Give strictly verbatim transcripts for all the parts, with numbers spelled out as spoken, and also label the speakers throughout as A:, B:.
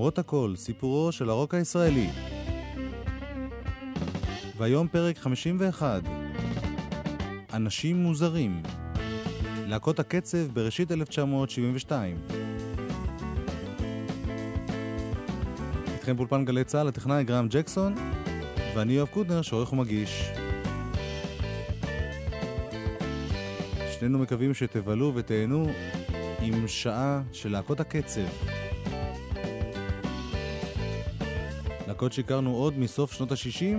A: למרות הכל, סיפורו של הרוק הישראלי. והיום פרק חמישים ואחת, אנשים מוזרים. להקות הקצב בראשית אלף תשע מאות שבעים ושתיים. איתכם באולפן גלי צהל, הטכנאי גרם ג'קסון, ואני יואב קוטנר שעורך ומגיש. שנינו מקווים שתבלו ותהנו עם שעה של להקות הקצב. להקות שהכרנו עוד מסוף שנות ה-שישים,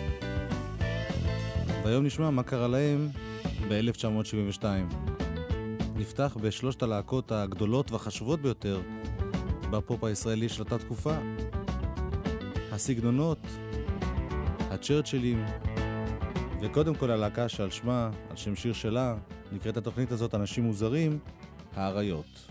A: והיום נשמע מה קרה להם ב-אלף תשע מאות שבעים ושתיים. נפתח בשלושת הלהקות הגדולות והחשובות ביותר בפופ הישראלי של אותה תקופה. הסגנונות, הצ'רצ'ילים, וקודם כל הלהקה שעל שמה, על שם שיר שלה, נקראת התוכנית הזאת אנשים מוזרים, האריות.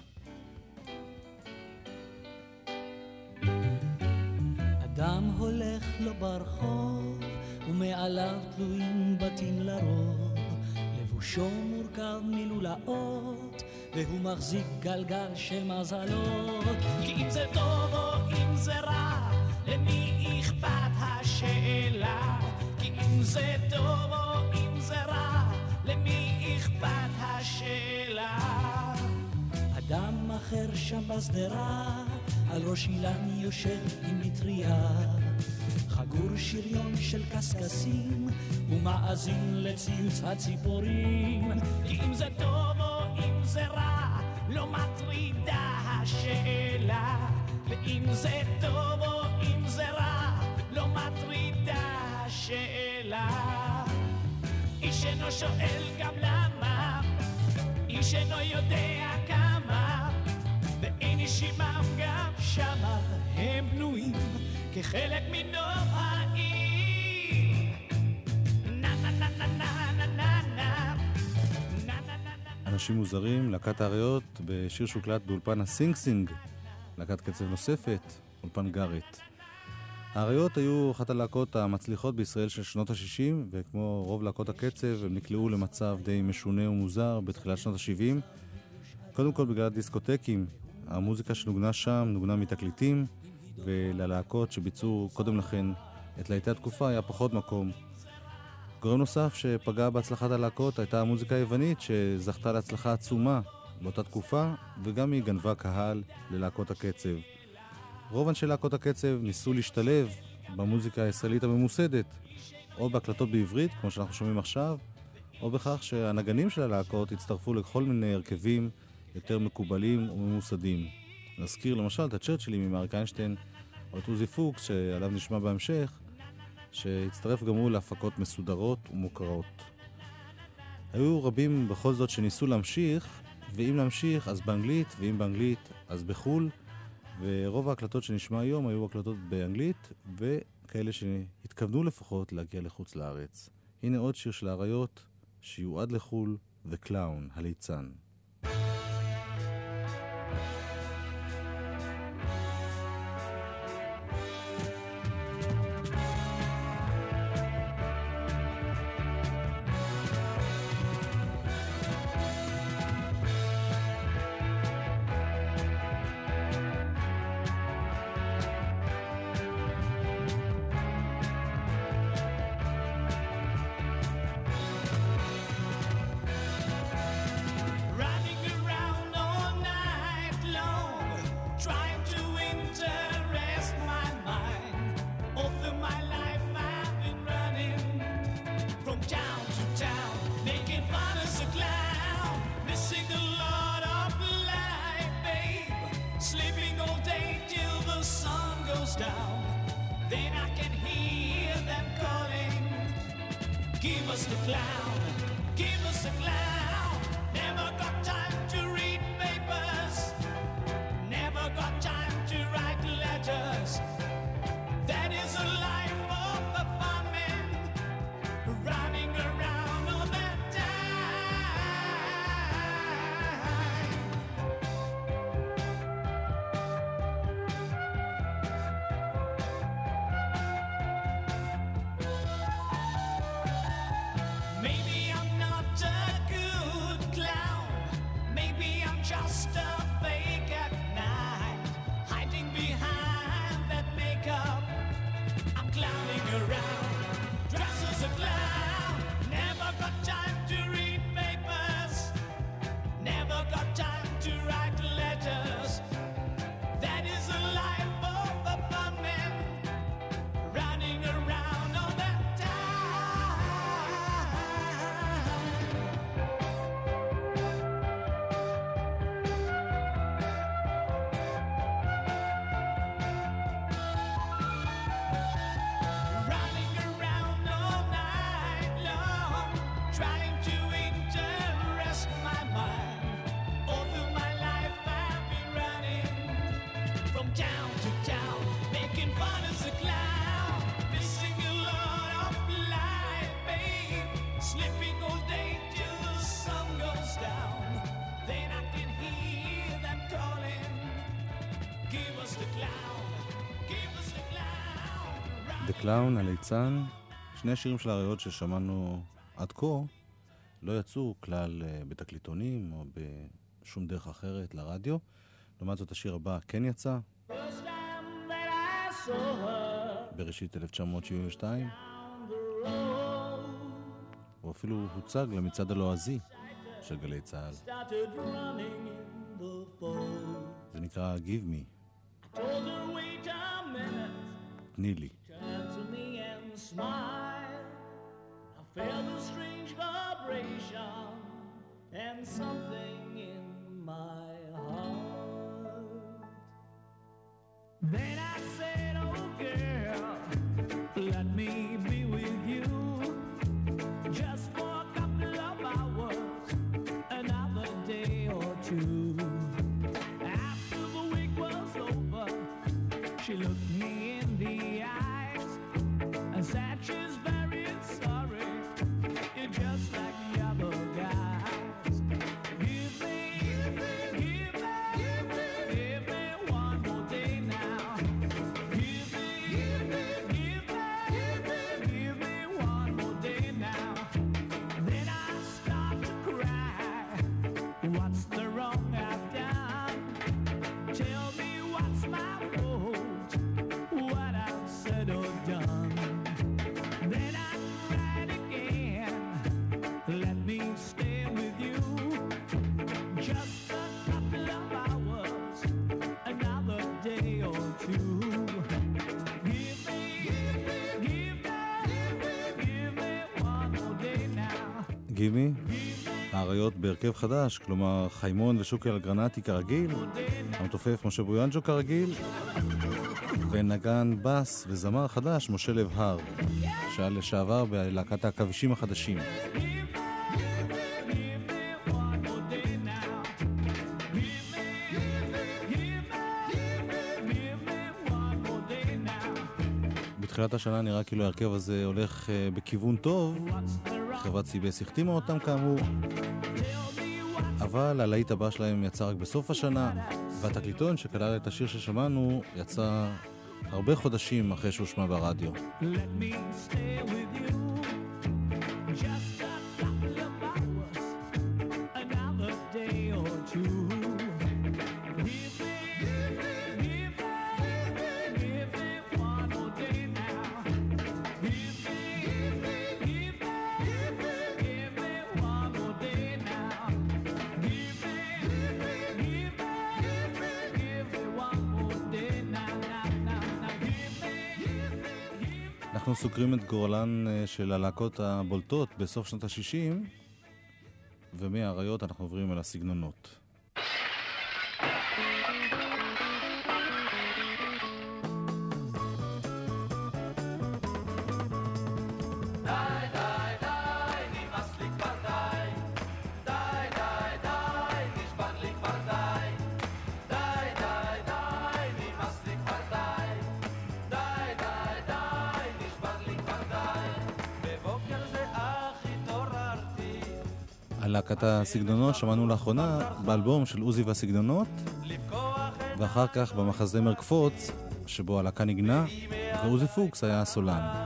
B: אדם הולך לו ברחוב ומעליו תלויים בתים לרוב, לבושו מורכב מלולאות והוא מחזיק גלגל של מזלות. כי אם זה טוב או אם זה רע, למי אכפת השאלה? כי אם זה טוב או אם זה רע, למי אכפת השאלה? אדם אחר שם בסדרה, על ראש אילן יושב עם מטריה, חגור שריון של קסקסים ומאזין לציוץ הציפורים. כי אם זה טוב או אם זה רע, לא מטרידה השאלה. ואם זה טוב או אם זה רע, לא מטרידה השאלה. איש אינו שואל גם למה, איש אינו יודע כמה, ואין איש עמם גם שמה, הם בנויים כחלק מנוף העיר. נה נה נה נה נה נה נה נה נה נה.
A: אנשים מוזרים, להקת האריות, בשיר שהוקלט באולפן הסינג סינג, להקת קצב נוספת, אולפן גארט. האריות היו אחת הלהקות המצליחות בישראל של שנות ה-שישים, וכמו רוב להקות הקצב הם נקלעו למצב די משונה ומוזר בתחילת שנות ה-שבעים. קודם כל בגלל הדיסקוטקים, המוזיקה שנוגנה שם נוגנה מתקליטים, וללהקות שביצעו קודם לכן את להיטי התקופה היה פחות מקום. גורם נוסף שפגע בהצלחת הלהקות הייתה המוזיקה היוונית שזכתה להצלחה עצומה באותה תקופה, וגם היא גנבה קהל ללהקות הקצב. רוב אנשי להקות הקצב ניסו להשתלב במוזיקה הישראלית הממוסדת, או בהקלטות בעברית כמו שאנחנו שומעים עכשיו, או בכך שהנגנים של הלהקות הצטרפו לכל מיני הרכבים יותר מקובלים וממוסדים. נזכיר למשל את הצ'רצ'ילים עם אריק איינשטיין, או את עוזי פוקס שעליו נשמע בהמשך, שהצטרף גם הוא להפקות מסודרות ומוכרות. היו רבים בכל זאת שניסו להמשיך, ואם להמשיך אז באנגלית, ואם באנגלית אז בחול, ורוב ההקלטות שנשמע היום היו הקלטות באנגלית, וכאלה שהתכוונו לפחות להגיע לחוץ לארץ. הנה עוד שיר של האריות שיועד לחול, The Clown, הליצן.
B: Maybe I'm not a good
A: קלאון, הליצן, שני השירים של האריות ששמענו עד כה לא יצאו כלל בתקליטונים או בשום דרך אחרת לרדיו. לעומת זאת השיר הבא כן יצא בראשית אלף תשע מאות שבעים ושתיים, הוא אפילו הוצג למצעד הלועזי של גלי צהל. זה נקרא Give Me. תני לי. I felt a strange vibration and something in my heart. Then I said, oh girl, let me be with you just for a couple of hours, another day or two. After the week was over, she looked me in the eyes and said she's very sorry, you're just like the other guys. Give me, give me, give me, give me, give me one more day now. Give me, give me, give me, give me, give me one more day now. Then I start to cry. What's the wrong I've done? Tell me what's my fault, what I've said or done. Then I cried again. Let me stay with you just a couple of hours, another day or two. Give me, give me, give me, give me one more day now. Give me. האריות בהרכב חדש, כלומר חיימון ושוקי אלגרנטי כרגיל, המתופף משה בויאנג'ו כרגיל, ונגן בס וזמר חדש משה לב הר, שהיה לשעבר בלהקת העכבישים החדשים. בתחילת השנה נראה כאילו ההרכב הזה הולך בכיוון טוב, חברת סי בי אס החתימה אותם כאמור, אבל הלהיט הבא שלהם יצא רק בסוף השנה, והתקליטון שכלל את השיר ששמענו יצא הרבה חודשים אחרי שהוא שמע ברדיו. אנחנו סוגרים את גורלן של הלהקות הבולטות בסוף שנות ה-שישים, ומהאריות אנחנו עוברים אל הסגנונות. להקת הסגנונות שמענו לאחרונה באלבום של עוזי והסגנונות, ואחר כך במחזמר קפוץ שבו הלהקה נגנה ועוזי פוקס היה הסולן.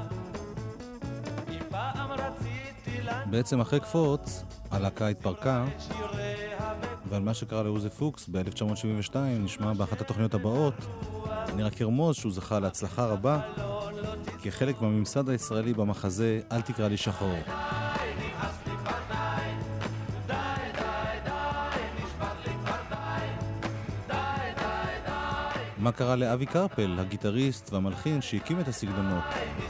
A: בעצם אחרי קפוץ הלהקה התפרקה, ועל מה שקרה לעוזי פוקס ב-אלף תשע מאות שבעים ושתיים נשמע באחת התוכניות הבאות. אני רק ארמוז שהוא זכה להצלחה רבה כחלק מהממסד הישראלי במחזה אל תקרא לי שחור. מה קרה לאבי קרפל, הגיטריסט והמלחין שהקים את הסגנונות?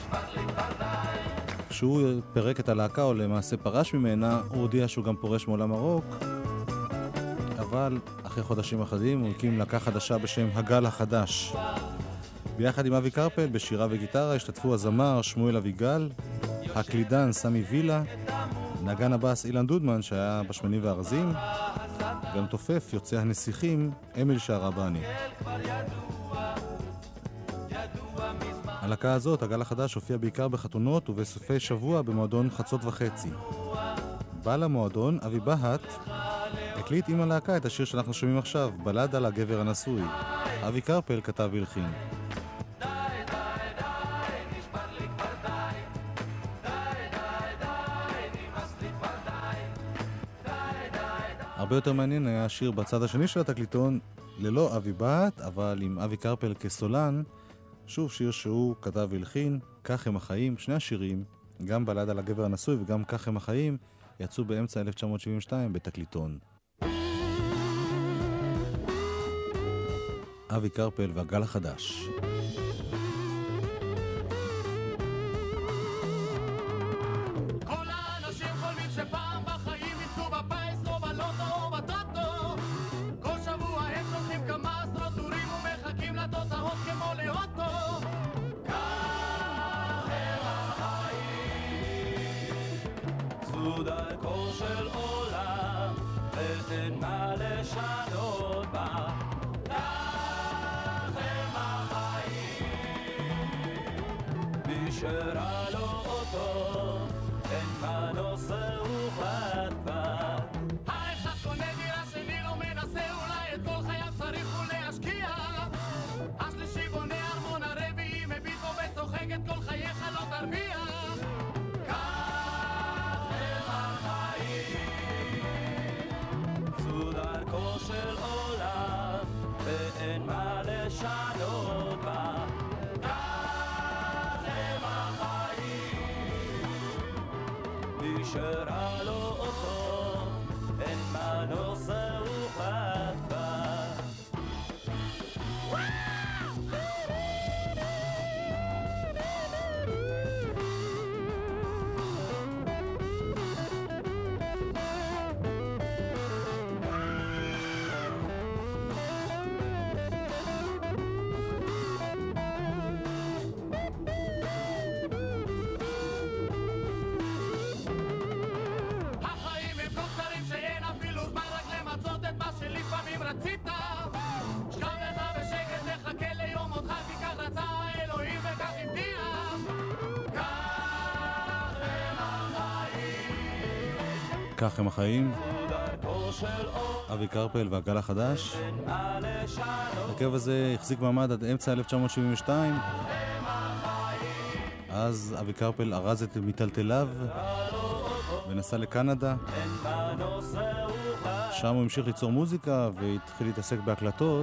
A: כשהוא פרק את הלהקה או למעשה פרש ממנה, הוא הודיע שהוא גם פורש מעולם הרוק, אבל אחרי חודשים אחדים הוא הקים להקה חדשה בשם הגל החדש. ביחד עם אבי קרפל בשירה וגיטרה השתתפו הזמר שמואל אביגל, הקלידן סמי וילה, נגן הבאס אילן דודמן שהיה בשמנים והרזים, גם תופף יוצא הנסיכים אמיל שערבני. הלהקה הזאת, הגל החדש, הופיע בעיקר בחתונות ובסופי שבוע במועדון חצות וחצי. בעל המועדון, אבי בהט, הקליט עם הלהקה את השיר שאנחנו שומעים עכשיו, בלד על הגבר הנשוי. אבי קרפל כתב והלחין. די די די נשבר לי הרבה יותר מעניין היה השיר בצד השני של התקליטון, ללא אבי בת, אבל עם אבי קרפל כסולן, שוב שיר שהוא כתב והלחין, כך הם החיים, שני השירים, גם בלד על הגבר הנשוי וגם כך הם החיים, יצאו באמצע אלף תשע מאות שבעים ושתיים בתקליטון. אבי קרפל והגל החדש. כך הם החיים, אבי קרפל והגל החדש. הרכב הזה החזיק מעמד עד אמצע אלף תשע מאות שבעים ושתיים. אז אבי קרפל ארז את מטלטליו ונסע לקנדה. שם הוא המשיך ליצור מוזיקה והתחיל להתעסק בהקלטות,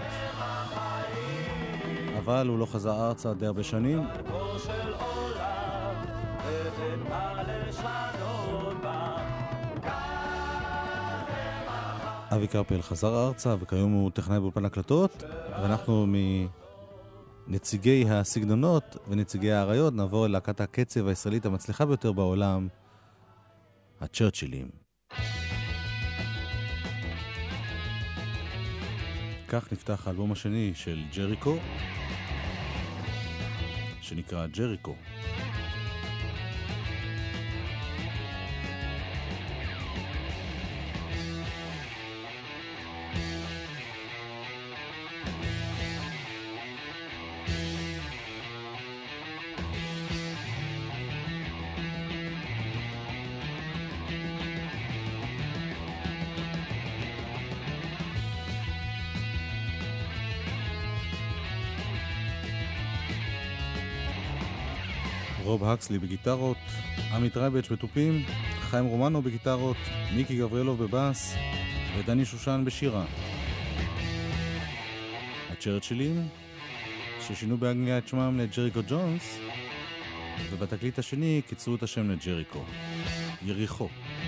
A: אבל הוא לא חזר ארצה די הרבה שנים. אבי קרפל חזר ארצה וכיום הוא טכנאי באולפן הקלטות, ואנחנו מנציגי הסגנונות ונציגי האריות נעבור ללהקת הקצב הישראלית המצליחה ביותר בעולם, הצ'רצ'ילים. כך נפתח האלבום השני של ג'ריקו, שנקרא ג'ריקו. רוב הקסלי בגיטרות, עמית רייבץ' בטופים, חיים רומנו בגיטרות, מיקי גבריאלוב בבאס ודני שושן בשירה. הצ'רצ'ילים ששינו באנגליה את שמם לג'ריקו ג'ונס, ובתקליט השני קיצרו את השם לג'ריקו, יריחו.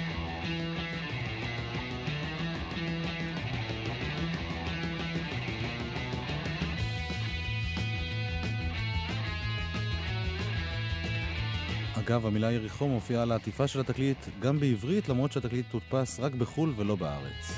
A: אגב, המילה יריחו מופיעה על העטיפה של התקליט גם בעברית, למרות שהתקליט תודפס רק בחול ולא בארץ.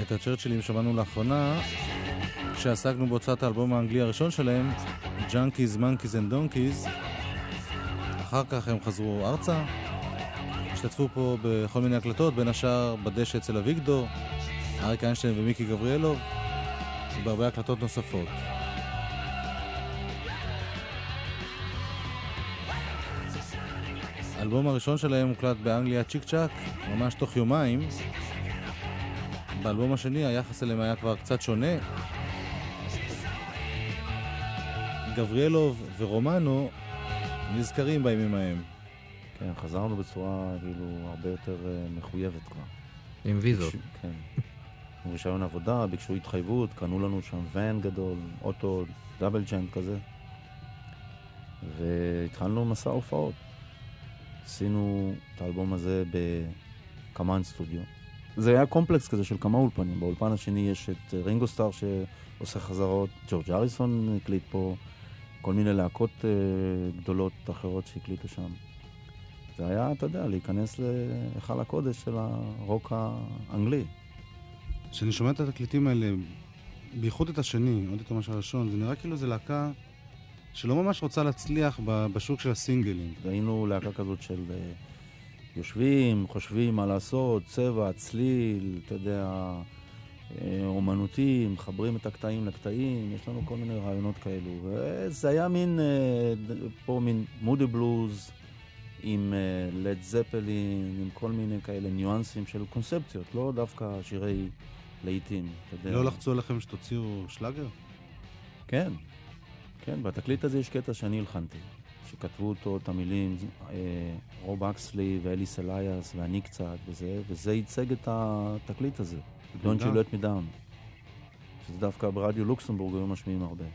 A: את הצ'רצ'ילים שמענו לאחרונה, כשעסקנו בהוצאת האלבום האנגלי הראשון שלהם, Junkies, Monkeys and Donkeys. אחר כך הם חזרו ארצה, השתתפו פה בכל מיני הקלטות, בין השאר בדשא אצל אביגדור, אריק איינשטיין ומיקי גבריאלוב, ובהרבה הקלטות נוספות. האלבום הראשון שלהם הוקלט באנגליה צ'יק צ'אק, ממש תוך יומיים. באלבום השני היחס אליהם היה כבר קצת שונה. גבריאלוב ורומנו נזכרים בימים ההם.
C: כן, חזרנו בצורה כאילו הרבה יותר uh, מחויבת כבר.
D: עם ויזות.
C: כן. רישיון עבודה, ביקשו התחייבות, קנו לנו שם ואן גדול, אוטו, דאבל ג'נט כזה. והתחלנו מסע הופעות. עשינו את האלבום הזה בקאמן סטודיו. זה היה קומפלקס כזה של כמה אולפנים. באולפן השני יש את רינגו סטאר שעושה חזרות, ג'ורג' אריסון הקליט פה, כל מיני להקות uh, גדולות אחרות שהקליטו שם. זה היה, אתה יודע, להיכנס להיכל הקודש של הרוק האנגלי.
A: כשאני שומע את התקליטים האלה, בייחוד את השני, עוד יותר משהו הראשון, זה נראה כאילו זה להקה שלא ממש רוצה להצליח בשוק של הסינגלים.
C: היינו להקה כזאת של uh, יושבים, חושבים מה לעשות, צבע, צליל, אתה יודע, אומנותי, מחברים את הקטעים לקטעים, יש לנו כל מיני רעיונות כאלו. וזה היה מין, פה מין מודי בלוז, עם לד זפלין, עם כל מיני כאלה ניואנסים של קונספציות, לא דווקא שירי לעיתים.
A: לא לחצו עליכם שתוציאו שלאגר?
C: כן, כן, בתקליט הזה יש קטע שאני הלחנתי, שכתבו אותו את המילים, רוב אקסלי ואליס אלייס ואני קצת וזה, וזה ייצג את התקליט הזה. Don't you let me down. שזה דווקא ברדיו לוקסמבורג היו משמיעים הרבה.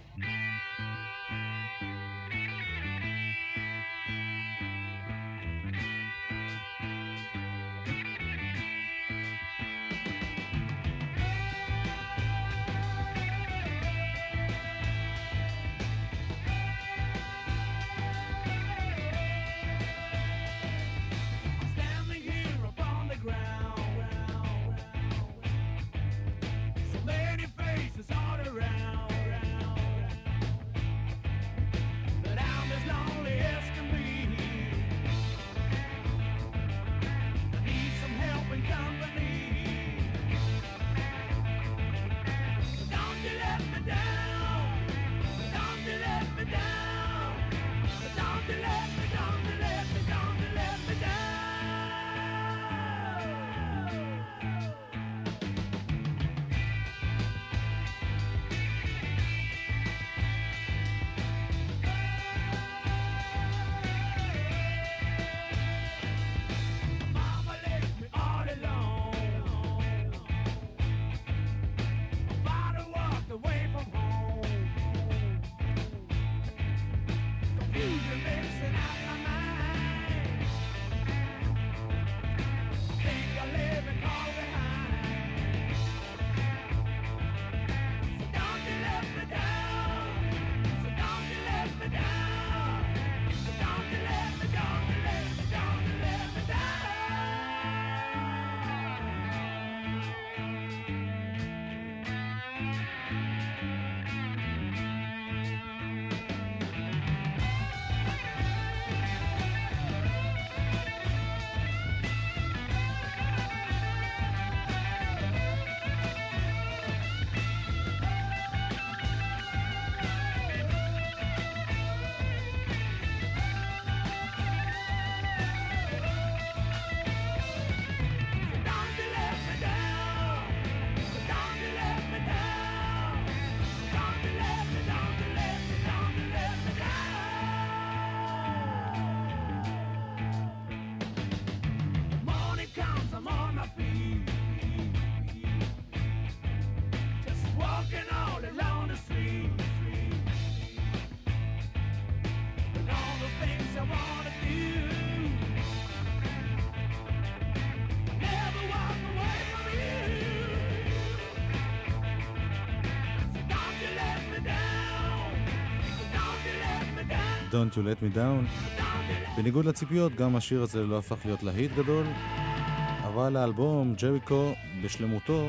A: Don't you let me down. בניגוד לציפיות, גם השיר הזה לא הפך להיות להיט גדול, אבל האלבום ג'ריקו בשלמותו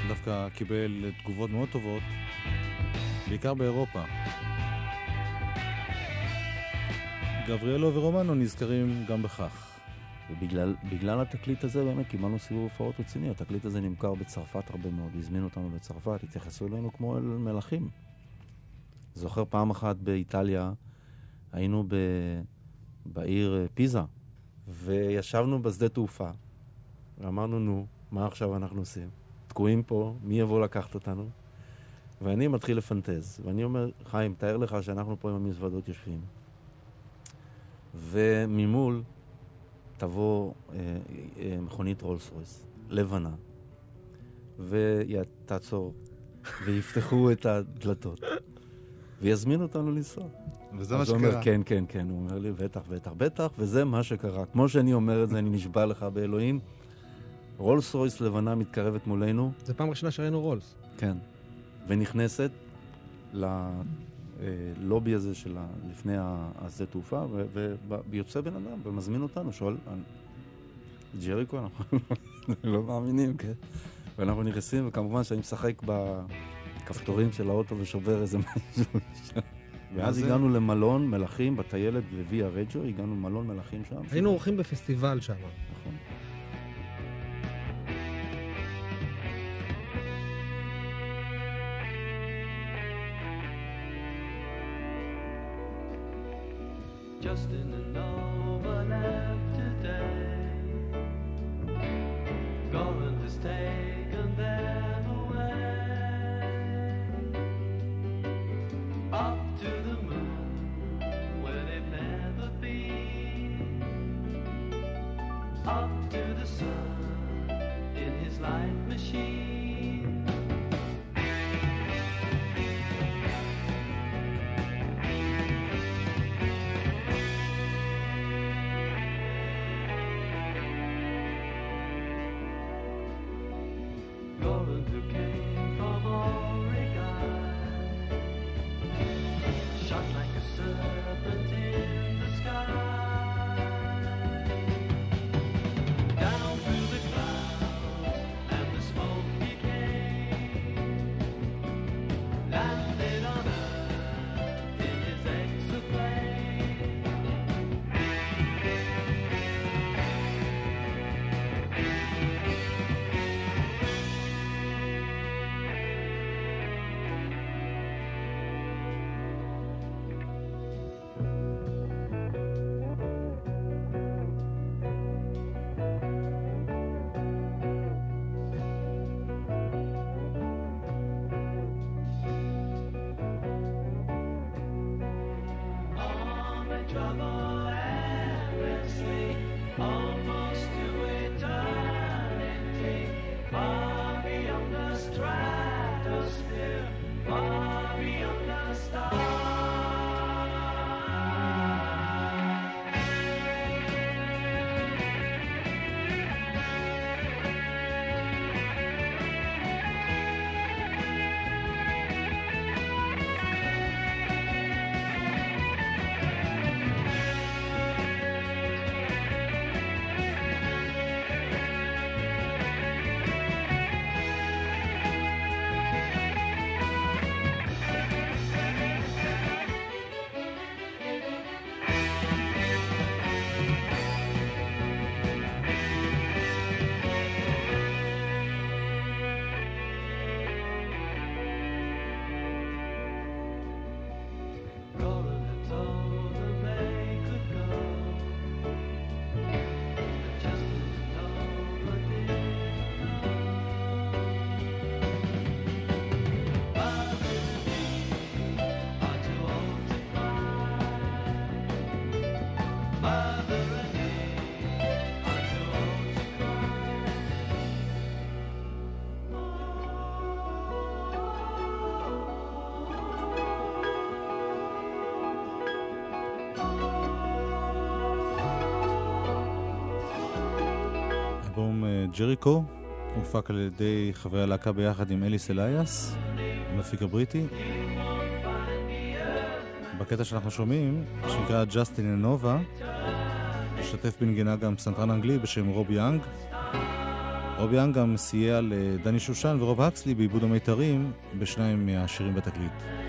A: דווקא קיבל תגובות מאוד טובות, בעיקר באירופה. גבריאלו ורומנו נזכרים גם בכך.
C: ובגלל בגלל התקליט הזה באמת קיבלנו סיבוב הופעות רציני. התקליט הזה נמכר בצרפת הרבה מאוד, הזמינו אותנו לצרפת, התייחסו אלינו כמו אל מלאכים. זוכר פעם אחת באיטליה, היינו ב... בעיר פיזה, וישבנו בשדה תעופה, ואמרנו, נו, מה עכשיו אנחנו עושים? תקועים פה, מי יבוא לקחת אותנו? ואני מתחיל לפנטז, ואני אומר, חיים, תאר לך שאנחנו פה עם המזוודות יושבים, וממול תבוא אה, אה, מכונית רולס רויס, לבנה, ותעצור, ויפתחו את הדלתות, ויזמינו אותנו לנסוע.
A: וזה מה
C: שקרה.
A: שקרה.
C: אומר, כן, כן, כן. הוא אומר לי, בטח, בטח, בטח, וזה מה שקרה. כמו שאני אומר את זה, אני נשבע לך באלוהים. רולס רויס לבנה מתקרבת מולנו. זה
D: פעם ראשונה שראינו רולס.
C: כן. ונכנסת ללובי הזה של לפני השדה תעופה, ויוצא בן אדם, ומזמין אותנו, שואל, ג'ריקו, אנחנו לא מאמינים, כן. ואנחנו נכנסים, וכמובן שאני משחק בכפתורים של האוטו ושובר איזה משהו שם. ואז הגענו למלון מלאכים בטיילת בוויה רג'ו, הגענו למלון מלאכים שם.
D: היינו אורחים בפסטיבל שם.
C: נכון.
B: Just in an overlap today, Goran has taken them away, up to the moon where they've never been, up to the sun in his light machine.
A: ג'ריקו, הופק על ידי חברי הלהקה ביחד עם אליס אלייס, המפיק הבריטי. בקטע שאנחנו שומעים, שנקרא ג'סטין אנובה, משתתף בנגינה גם פסנתרן אנגלי בשם רוב יאנג. רובי יאנג גם סייע לדני שושן ורוב הקסלי בעיבוד המיתרים בשניים מהשירים בתקליט.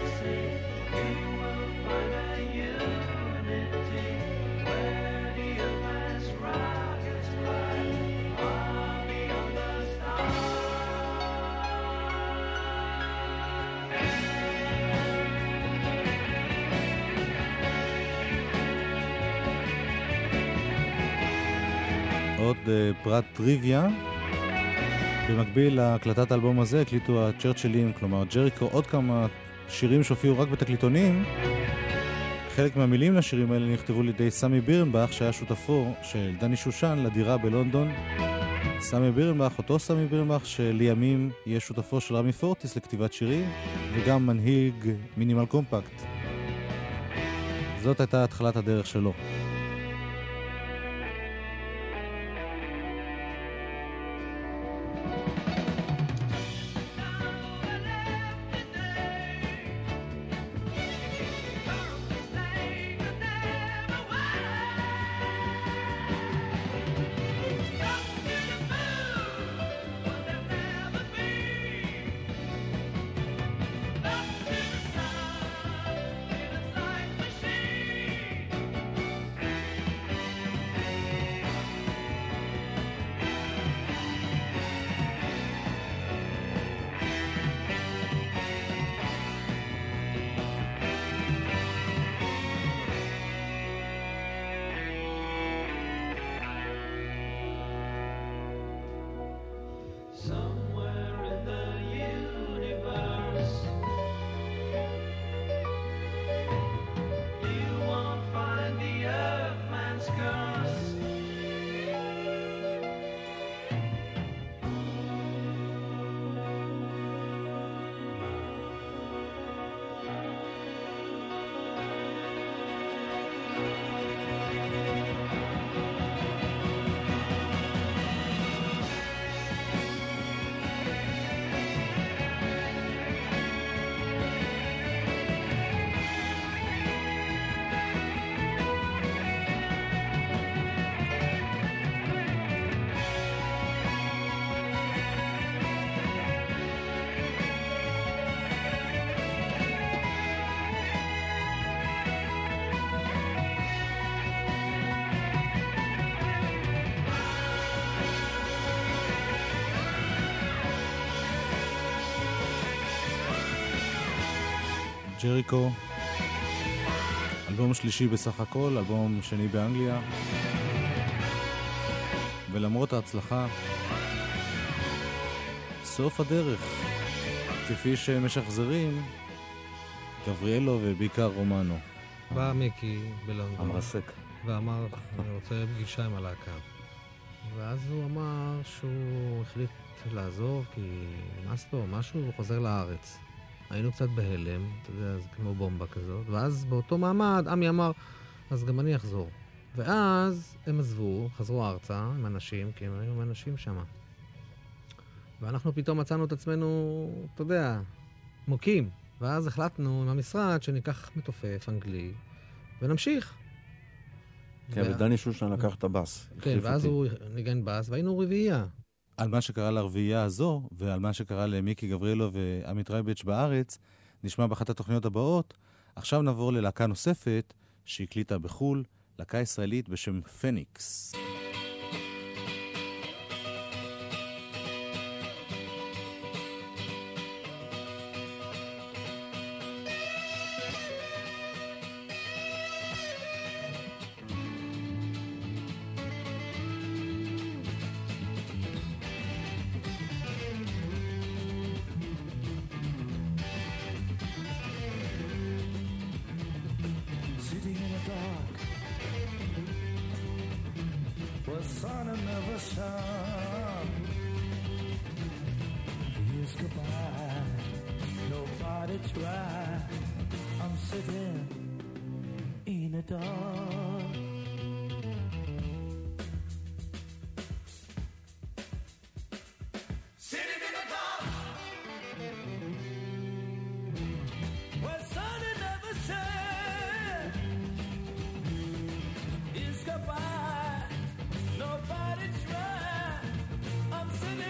A: עוד פרט טריוויה, במקביל להקלטת האלבום הזה הקליטו הצ'רצ'ילים, כלומר ג'ריקו, עוד כמה שירים שהופיעו רק בתקליטונים. חלק מהמילים לשירים האלה נכתבו לידי סמי בירנבך, שהיה שותפו של דני שושן לדירה בלונדון. סמי בירנבך, אותו סמי בירנבך שלימים יהיה שותפו של רמי פורטיס לכתיבת שירים, וגם מנהיג מינימל קומפקט. זאת הייתה התחלת הדרך שלו. ג'ריקו, אלבום שלישי בסך הכל, אלבום שני באנגליה, ולמרות ההצלחה, סוף הדרך, כפי שמשחזרים גבריאלו ובעיקר רומנו.
D: בא מיקי בלונדון
C: המרסק
D: ואמר, אני רוצה פגישה עם הלהקה, ואז הוא אמר שהוא החליט לעזוב כי נמאס לו משהו, הוא חוזר לארץ. היינו קצת בהלם, אתה יודע, זה כמו בומבה כזאת, ואז באותו מעמד עמי אמר, אז גם אני אחזור. ואז הם עזבו, חזרו ארצה עם אנשים, כי הם היו עם אנשים שם. ואנחנו פתאום מצאנו את עצמנו, אתה יודע, מוקים. ואז החלטנו עם המשרד שניקח מתופף אנגלי, ונמשיך.
C: כן, ו... ודני שושן לקח את הבאס.
D: כן, ואז אותי. הוא ניגן באס, והיינו רביעייה.
A: על מה שקרה לרביעייה הזו, ועל מה שקרה למיקי גבריאלו ועמית רייבץ' בארץ, נשמע באחת התוכניות הבאות. עכשיו נעבור ללהקה נוספת שהקליטה בחול, להקה ישראלית בשם פניקס.
E: Nobody try. I'm sitting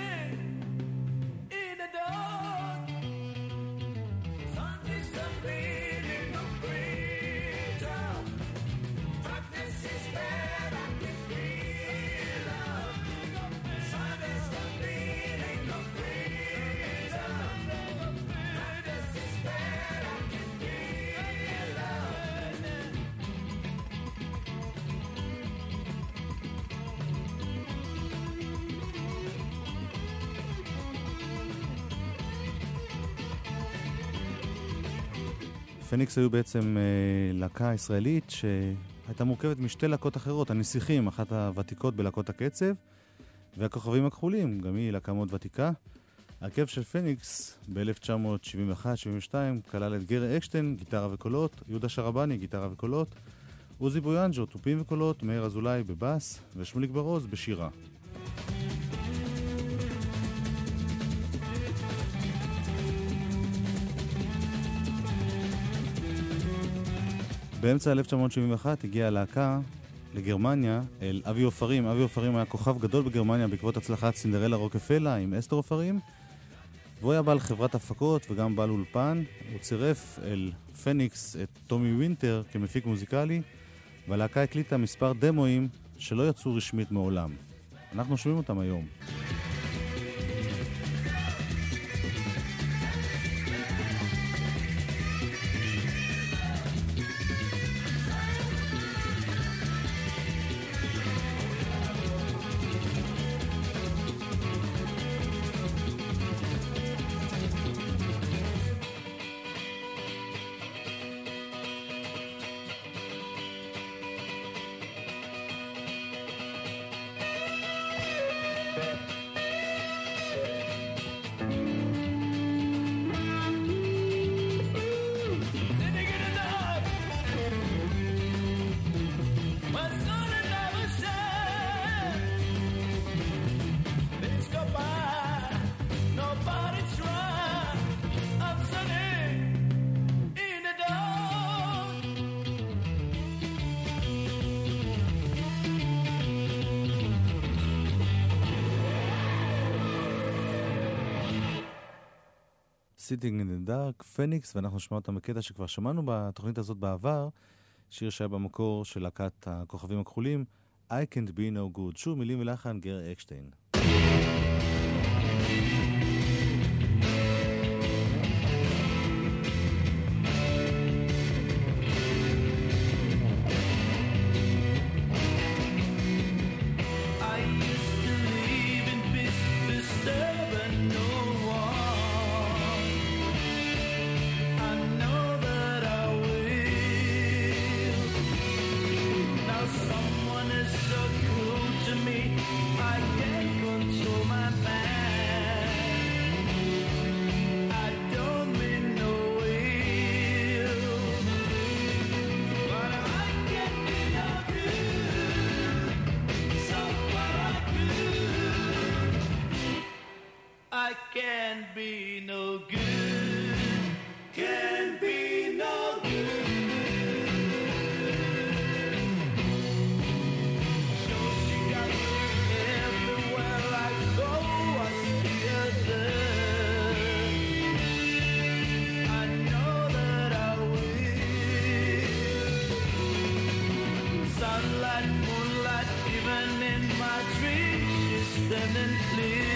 A: פניקס היו בעצם אה, להקה ישראלית שהייתה מורכבת משתי להקות אחרות, הנסיכים, אחת הוותיקות בלהקות הקצב, והכוכבים הכחולים, גם היא להקה מאוד ותיקה. הרכב של פניקס ב-אלף תשע מאות שבעים ואחת שבעים ושתיים כלל את גרי אקשטיין, גיטרה וקולות, יהודה שרבני, גיטרה וקולות, עוזי בויאנג'ו, תופים וקולות, מאיר אזולאי בבאס, ושמוליק ברוז בשירה. באמצע אלף תשע מאות שבעים ואחת הגיעה הלהקה לגרמניה אל אבי אופרים. אבי אופרים היה כוכב גדול בגרמניה בעקבות הצלחת סינדרלה רוקפלה עם אסתר אופרים, והוא היה בעל חברת הפקות וגם בעל אולפן. הוא צירף אל פניקס את טומי ווינטר כמפיק מוזיקלי, והלהקה הקליטה מספר דמואים שלא יצאו רשמית מעולם. אנחנו שומעים אותם היום. Sitting in the Dark, פניקס, ואנחנו נשמע אותם בקטע שכבר שמענו בתוכנית הזאת בעבר, שיר שהיה במקור של להקת הכוכבים הכחולים, I Can't Be No Good. שוב מילים ולחן, גרי אקשטיין.
E: Can't be no good, can't be no good. So she got me everywhere I go, I see her there. I know that I will. Sunlight, moonlight, even in my dreams, she's standing clear.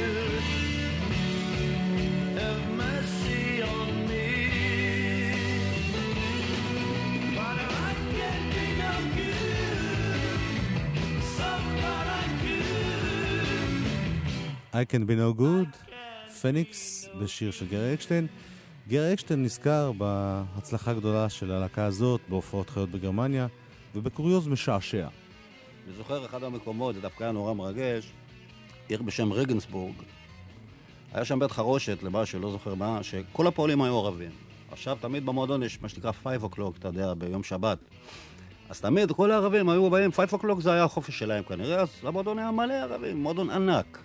A: I Can Be No Good, פניקס בשיר של גרי אקשטיין. גרי אקשטיין נזכר בהצלחה הגדולה של הלהקה הזאת בהופעות חיות בגרמניה ובקוריוז משעשע.
F: אני זוכר אחד המקומות, זה דווקא היה נורא מרגש, עיר בשם רגנסבורג. היה שם בית חרושת, לבא שלא זוכר מה, שכל הפועלים היו ערבים. עכשיו תמיד במועדון יש מה שנקרא five o'clock, אתה יודע, ביום שבת. אז תמיד כל הערבים היו באים, five o'clock זה היה החופש שלהם כנראה, אז המועדון היה מלא ערבים, מועדון ענק.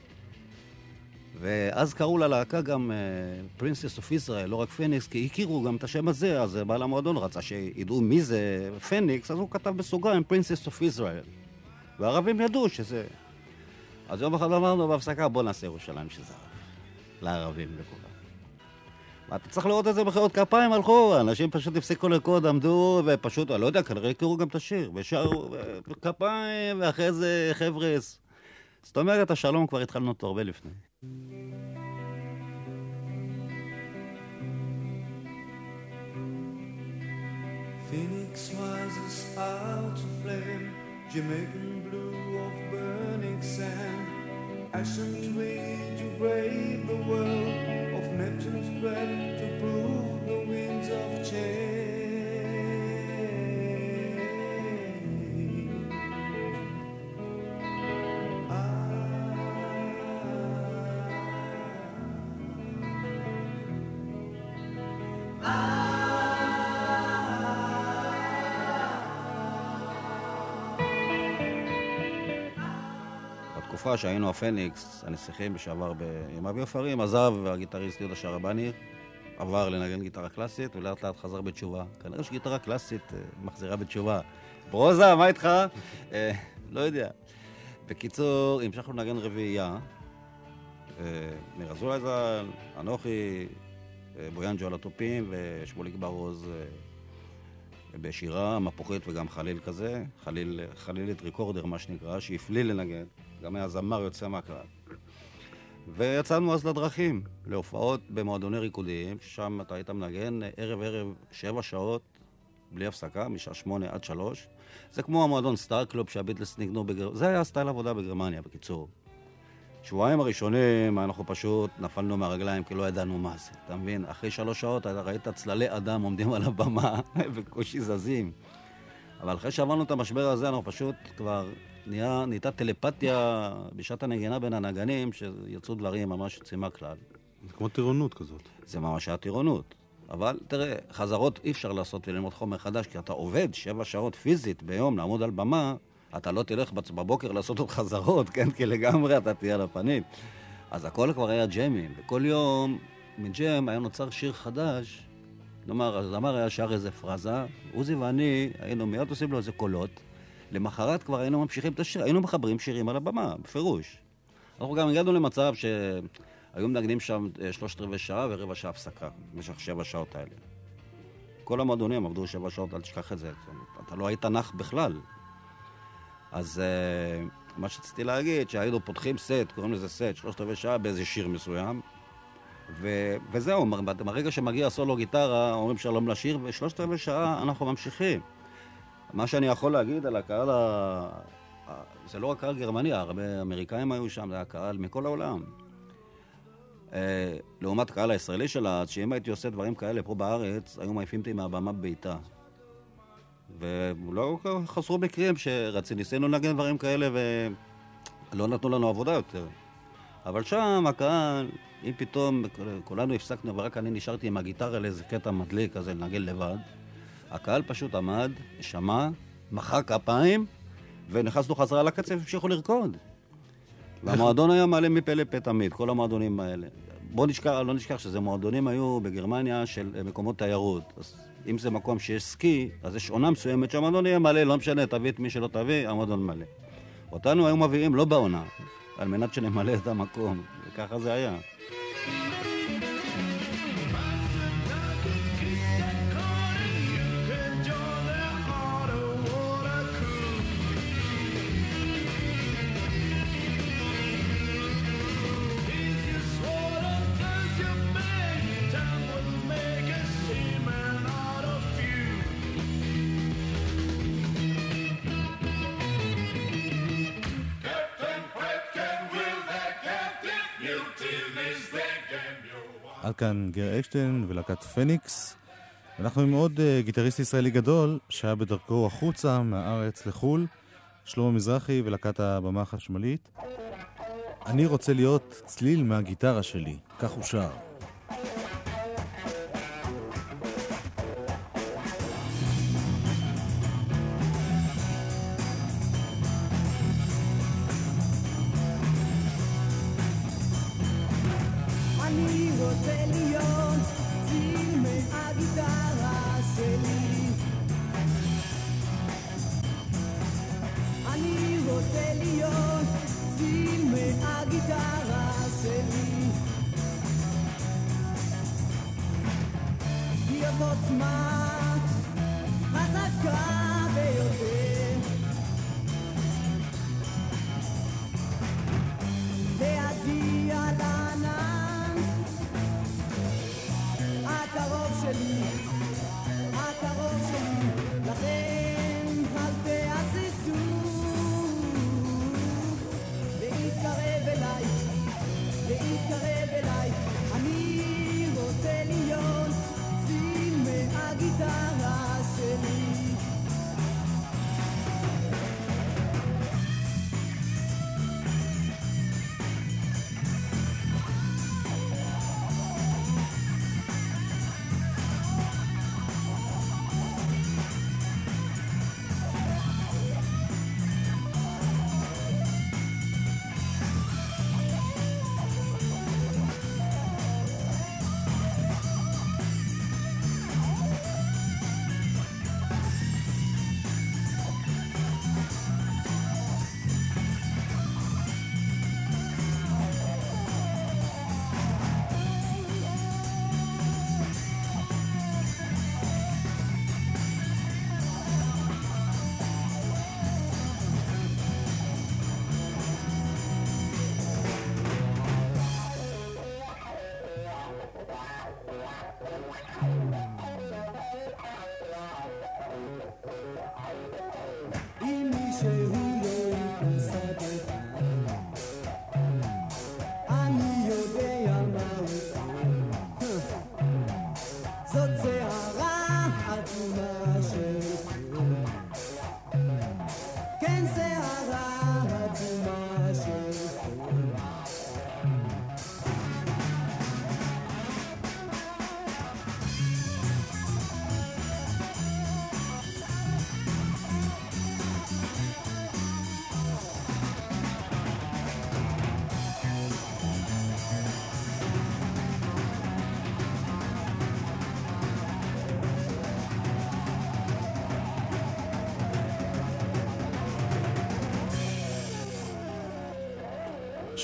F: ואז קראו ללהקה גם פרינסס אוף ישראל, לא רק פניקס, כי הכירו גם את השם הזה, אז בעל המועדון רצה שידעו מי זה פניקס, אז הוא כתב בסוגריים פרינסס אוף ישראל. והערבים ידעו שזה... אז יום אחד אמרנו בהפסקה, בוא נעשה ירושלים שזה לערבים לכולם. ואתה צריך לראות את זה בחיות כפיים, הלכו, אנשים פשוט הפסיקו לקוד, עמדו, ופשוט, אני לא יודע, כנראה הכירו גם את השיר, ושרו כפיים, ואחרי זה חבר'ס. זאת אומרת, השלום כבר התחלנו אותו הרבה לפני.
E: Phoenix was a spark to flame, Jamaican blue of burning sand, ancient way to brave the world, of Neptune's breath to prove the winds of change.
F: בתקופה שהיינו הפניקס, הנסיכים לשעבר עם אבי עופרים, עזב והגיטריסט יהודה שרבני עבר לנגן גיטרה קלאסית, ולאט לאט חזר בתשובה. כנראה שגיטרה קלאסית מחזירה בתשובה. ברוזה, מה איתך? לא יודע. בקיצור, המשכנו לנגן רביעייה. ניר אזולאי ז"ל, אנוכי, בויאנג'ו על התופים ושמוליק ברוז בשירה, מפוחית וגם חליל כזה, חליל, חלילית ריקורדר מה שנקרא, שהפליל לנגן, גם היה זמר יוצא מהקהל. ויצאנו אז לדרכים, להופעות במועדוני ריקודיים, ששם אתה היית מנגן ערב ערב שבע שעות בלי הפסקה, משעה שמונה עד שלוש. זה כמו המועדון סטאר קלוב שהביטלס ניגנו בגרמניה, זה היה סטייל עבודה בגרמניה בקיצור. שבועיים הראשונים אנחנו פשוט נפלנו מהרגליים כי לא ידענו מה זה, אתה מבין? אחרי שלוש שעות ראית צללי אדם עומדים על הבמה וקושי זזים. אבל אחרי שעברנו את המשבר הזה אנחנו פשוט כבר נהיה, נהייתה טלפתיה בשעת הנגינה בין הנגנים שיצאו דברים ממש יוצאים כלל.
A: זה כמו טירונות כזאת.
F: זה ממש היה טירונות. אבל תראה, חזרות אי אפשר לעשות וללמוד חומר חדש כי אתה עובד שבע שעות פיזית ביום לעמוד על במה, אתה לא תלך בבוקר לעשות עוד חזרות, כן? כי לגמרי אתה תהיה על הפנים. אז הכל כבר היה ג'מים, וכל יום מג'ם היה נוצר שיר חדש. כלומר, הזמר היה שר איזה פרזה, עוזי ואני היינו מיד עושים לו איזה קולות. למחרת כבר היינו ממשיכים את השיר, היינו מחברים שירים על הבמה, בפירוש. אנחנו גם הגענו למצב שהיו מנגנים שם שלושת רבעי שעה ורבע שעה הפסקה, במשך שבע שעות האלה. כל המועדונים עבדו שבע שעות, אל תשכח את זה. אתה לא היית נח בכלל. אז uh, מה שצריתי להגיד, שהיינו פותחים סט, קוראים לזה סט, שלושת רבעי שעה באיזה שיר מסוים, ו- וזהו, ברגע שמגיע סולו גיטרה, אומרים שלום לשיר, ושלושת רבעי שעה אנחנו ממשיכים. מה שאני יכול להגיד על הקהל, ה- זה לא רק קהל גרמני, הרבה אמריקאים היו שם, זה היה קהל מכל העולם. Uh, לעומת קהל הישראלי שלה, שאם הייתי עושה דברים כאלה פה בארץ, היו מעיפים אותי מהבמה בביתה. ולא חסרו מקרים שרצינו, ניסינו לנגן דברים כאלה ולא נתנו לנו עבודה יותר. אבל שם הקהל, אם פתאום כולנו הפסקנו ורק אני נשארתי עם הגיטרה לאיזה קטע מדליק כזה לנגן לבד, הקהל פשוט עמד, שמע, מחא כפיים ונכנסנו חזרה לקצב והמשיכו לרקוד. והמועדון היה מעלה מפה לפה תמיד, כל המועדונים האלה. בוא נשכח, לא נשכח שזה מועדונים היו בגרמניה של מקומות תיירות. אז אם זה מקום שיש סקי, אז יש עונה מסוימת שהמועדון יהיה מלא, לא משנה, תביא את מי שלא תביא, המועדון מלא. אותנו היו מביאים לא בעונה, על מנת שנמלא את המקום, וככה זה היה.
A: עד כאן גר אקשטיין ולהקת פניקס. אנחנו עם עוד uh, גיטריסט ישראלי גדול שהיה בדרכו החוצה מהארץ לחול, שלמה מזרחי ולהקת הבמה החשמלית. אני רוצה להיות צליל מהגיטרה שלי, כך הוא שר.
G: גיטרה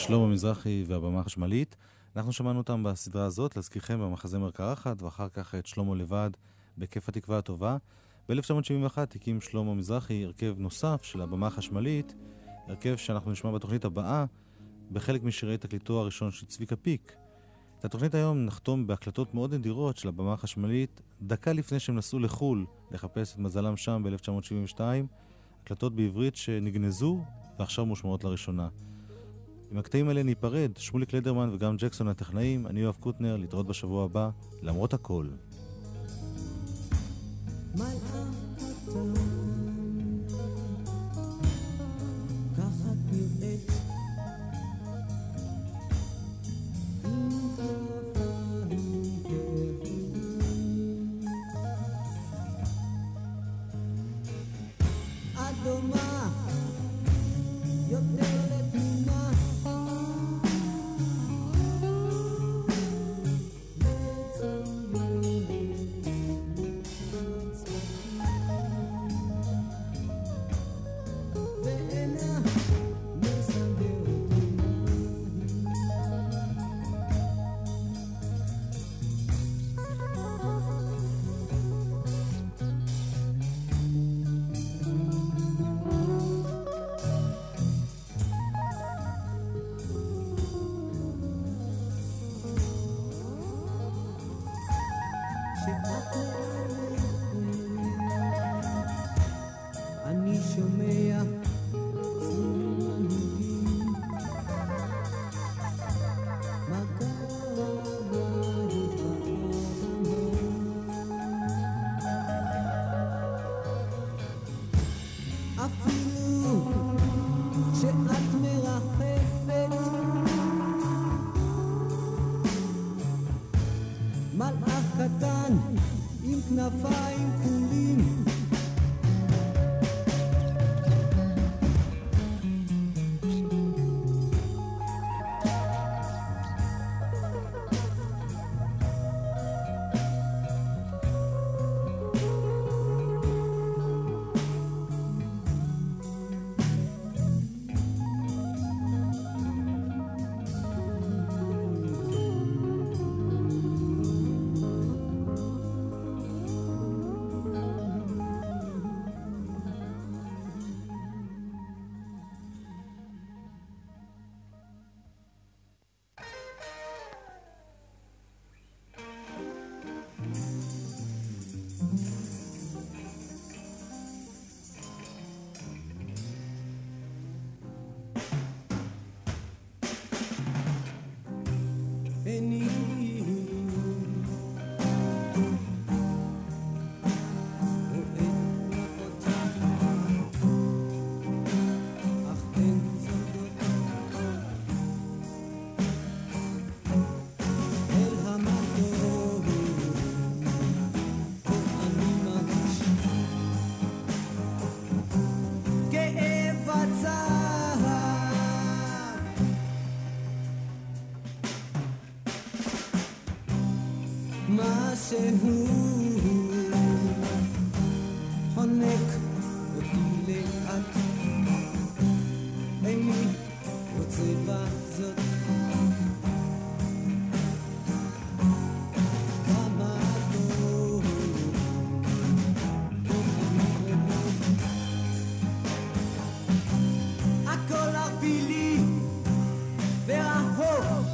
A: שלמה מזרחי והבמה החשמלית. אנחנו שמענו אותם בסדרה הזאת, להזכירכם במחזמר קרחת, ואחר כך את שלמה לבד בכיף התקווה הטובה. ב-אלף תשע מאות שבעים ואחת הקים שלמה מזרחי הרכב נוסף של הבמה החשמלית, הרכב שאנחנו נשמע בתוכנית הבאה, בחלק משירי תקליטו הראשון של צביקה פיק. את התוכנית היום נחתום בהקלטות מאוד נדירות של הבמה החשמלית, דקה לפני שהם נסעו לחול לחפש את מזלם שם ב-אלף תשע מאות שבעים ושתיים, הקלטות בעברית שנגנזו ועכשיו מושמעות לראשונה. עם הקטעים האלה ניפרד, שמוליק לדרמן וגם ג'קסון הטכנאים, אני יואב קוטנר, להתראות בשבוע הבא, למרות הכל.
B: שהוא חונק אותי לאט, איני רוצה בזאת כמה טוב הכל ערפילי ורחוק.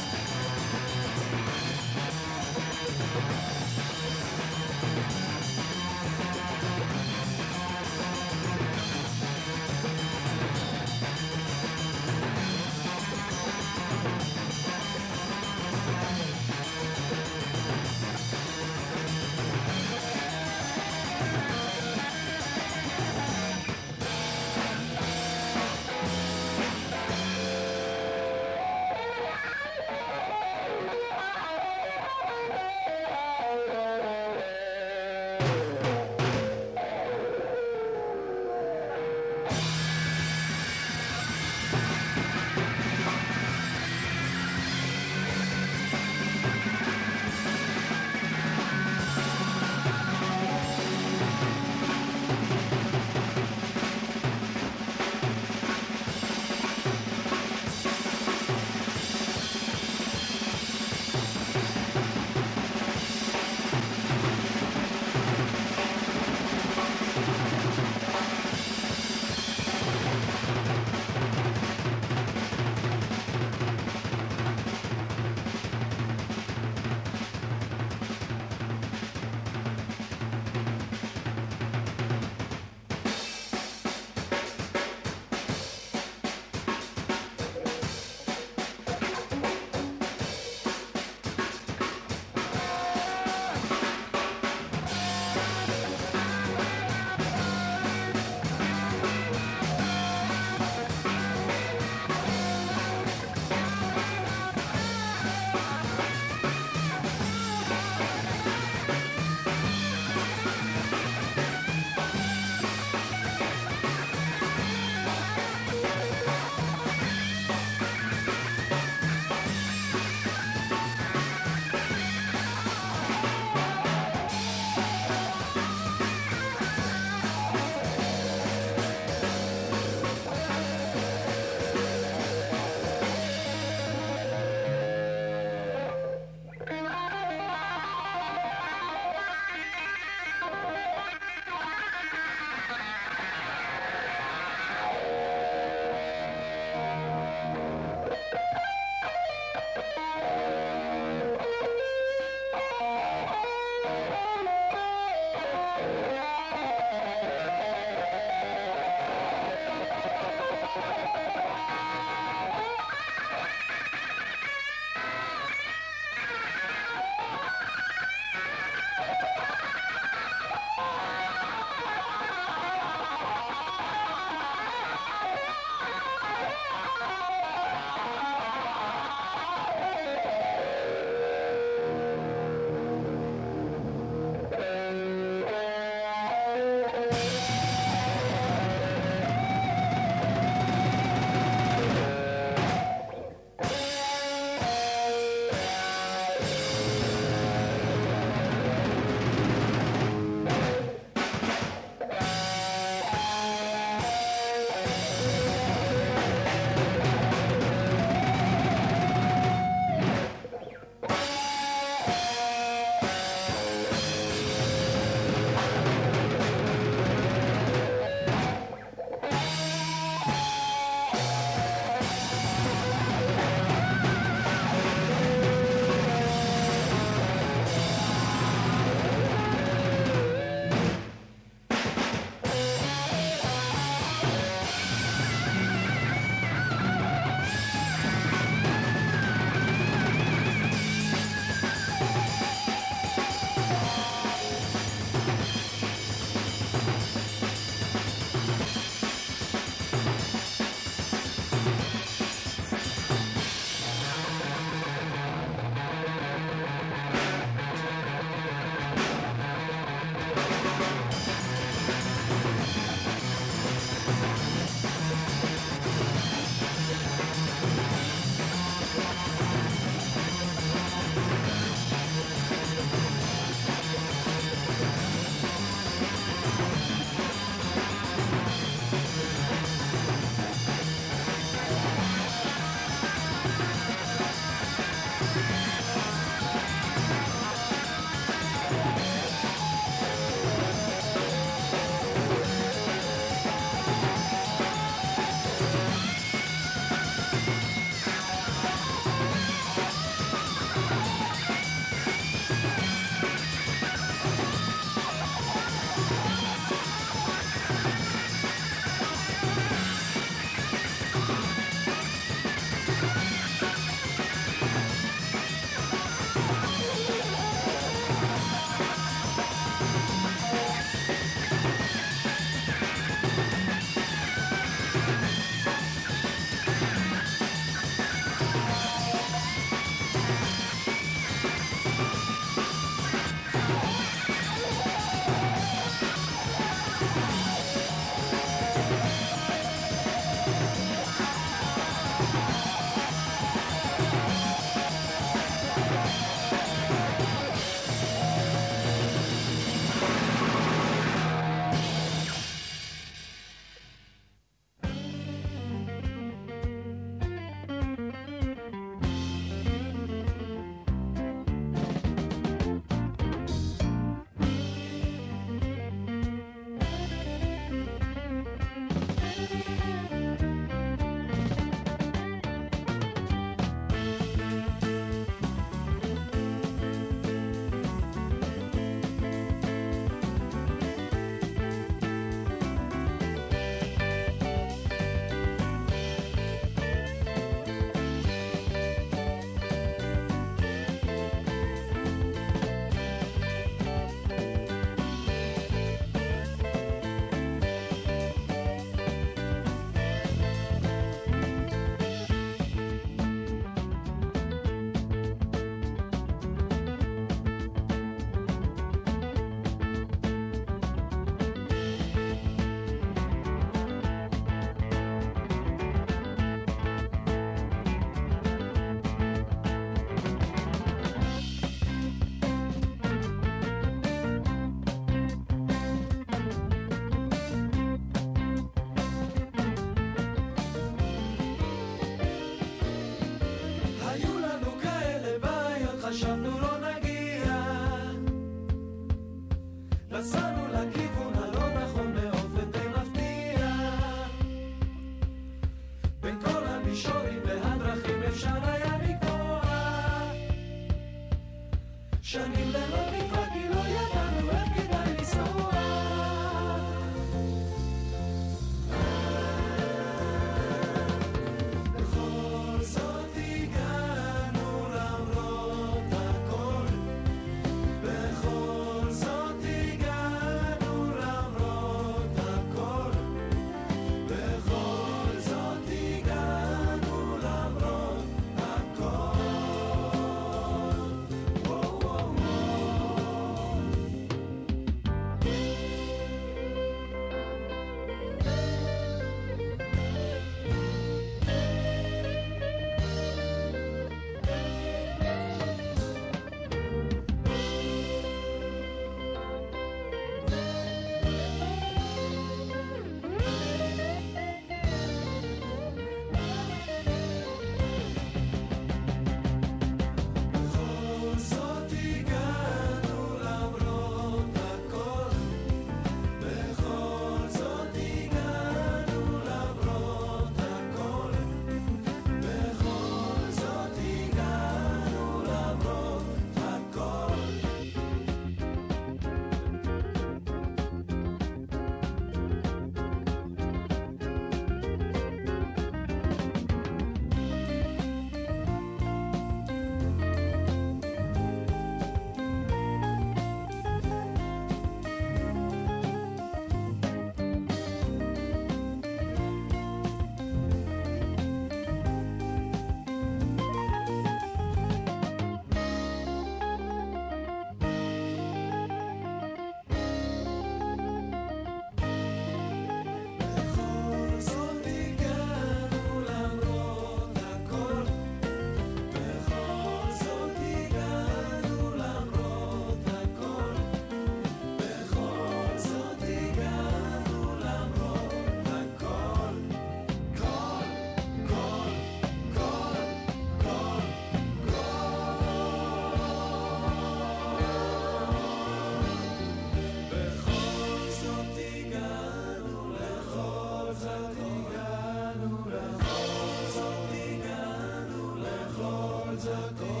E: a gold.